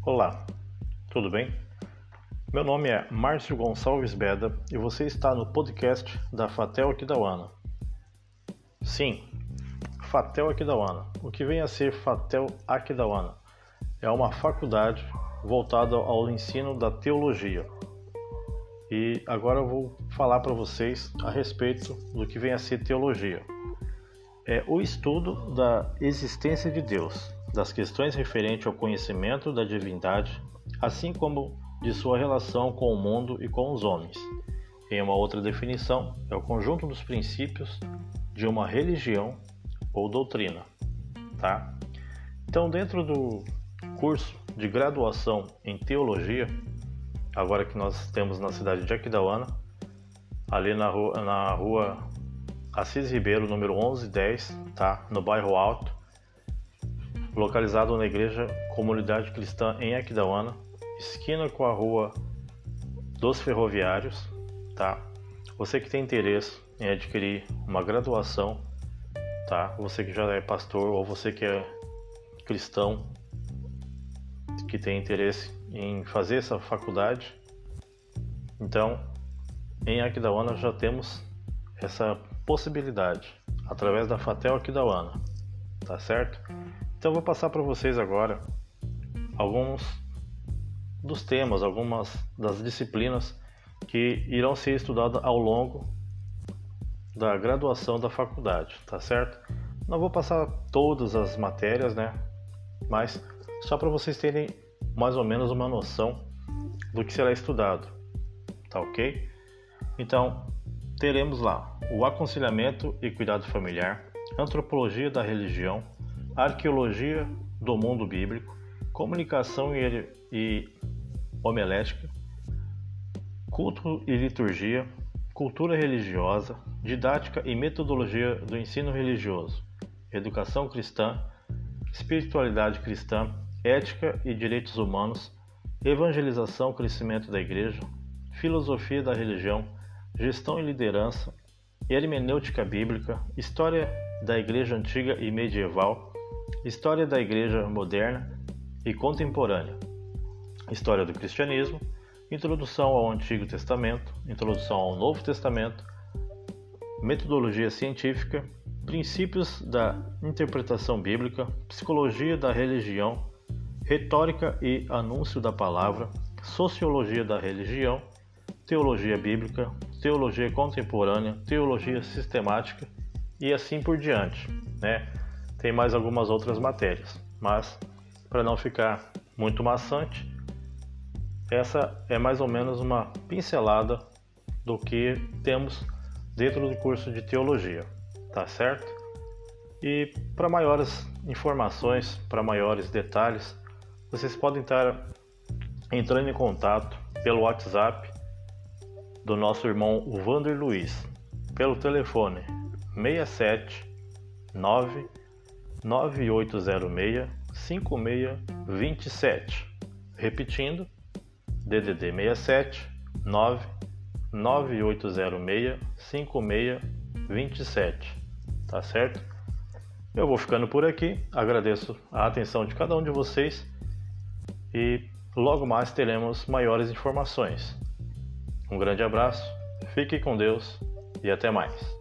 Olá, tudo bem? Meu nome é Márcio Gonçalves Beda e você está no podcast da Fatel Aquidauana. Sim, Fatel Aquidauana. O que vem a ser Fatel Aquidauana? É uma faculdade voltada ao ensino da teologia. E agora eu vou falar para vocês a respeito do que vem a ser teologia. É o estudo da existência de Deus, das questões referentes ao conhecimento da divindade, assim como de sua relação com o mundo e com os homens. Em uma outra definição, é o conjunto dos princípios de uma religião ou doutrina, tá? Então, dentro do curso de graduação em teologia, agora que nós temos na cidade de Aquidauana, ali na rua Assis Ribeiro, número 1110, tá? No bairro Alto, localizado na Igreja Comunidade Cristã em Aquidauana, esquina com a Rua dos Ferroviários, tá? Você que tem interesse em adquirir uma graduação, tá? Você que já é pastor ou você que é cristão, que tem interesse em fazer essa faculdade, então em Aquidauana já temos essa possibilidade através da Fatel Aquidauana, tá certo? Então eu vou passar para vocês agora alguns dos temas, algumas das disciplinas que irão ser estudadas ao longo da graduação da faculdade, tá certo? Não vou passar todas as matérias, né? Mas só para vocês terem mais ou menos uma noção do que será estudado, tá ok? Então, teremos lá o aconselhamento e cuidado familiar, antropologia da religião, arqueologia do mundo bíblico, comunicação e homilética, culto e liturgia, cultura religiosa, didática e metodologia do ensino religioso, educação cristã, espiritualidade cristã, ética e direitos humanos, evangelização, crescimento da igreja, filosofia da religião, gestão e liderança, hermenêutica bíblica, história da igreja antiga e medieval, história da igreja moderna e contemporânea, história do cristianismo, introdução ao Antigo Testamento, introdução ao Novo Testamento, metodologia científica, princípios da interpretação bíblica, psicologia da religião, retórica e anúncio da palavra, sociologia da religião, teologia bíblica, teologia contemporânea, teologia sistemática e assim por diante, né? Tem mais algumas outras matérias, mas para não ficar muito maçante, essa é mais ou menos uma pincelada do que temos dentro do curso de teologia, tá certo? E para maiores informações, para maiores detalhes, vocês podem estar entrando em contato pelo WhatsApp do nosso irmão Wander Luiz, pelo telefone 67 9806 5627. Repetindo, DDD 67 9806 5627. Tá certo? Eu vou ficando por aqui, agradeço a atenção de cada um de vocês e logo mais teremos maiores informações. Um grande abraço, fique com Deus e até mais.